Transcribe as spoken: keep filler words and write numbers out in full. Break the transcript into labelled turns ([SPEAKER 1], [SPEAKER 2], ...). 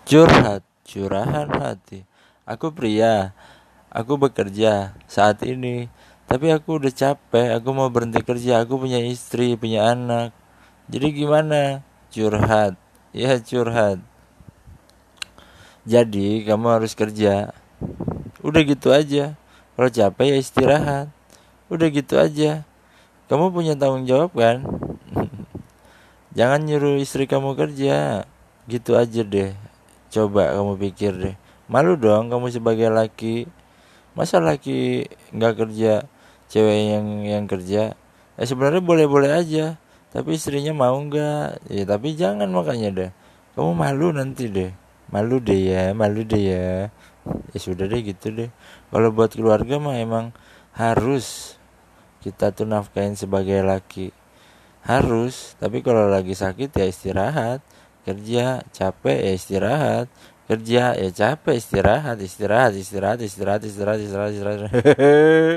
[SPEAKER 1] Curhat, curahan hati. Aku pria, aku bekerja saat ini, tapi aku udah capek, aku mau berhenti kerja, aku punya istri, punya anak. Jadi gimana? Curhat. Ya curhat. Jadi kamu harus kerja. Udah gitu aja. Kalau capek ya istirahat. Udah gitu aja. Kamu punya tanggung jawab kan? Jangan nyuruh istri kamu kerja. Gitu aja deh. Coba kamu pikir deh. Malu dong kamu sebagai laki. Masa laki nggak kerja, cewek yang yang kerja? Ya sebenarnya boleh-boleh aja. Tapi istrinya mau nggak? Ya tapi jangan makanya deh. Kamu malu nanti deh. Malu deh ya, malu deh ya. Ya sudah deh gitu deh. Kalau buat keluarga mah emang harus kita tuh nafkain sebagai laki. Harus, tapi kalau lagi sakit ya istirahat. Kerja capek ya istirahat. Kerja ya capek istirahat, istirahat, istirahat, istirahat, istirahat, istirahat, istirahat.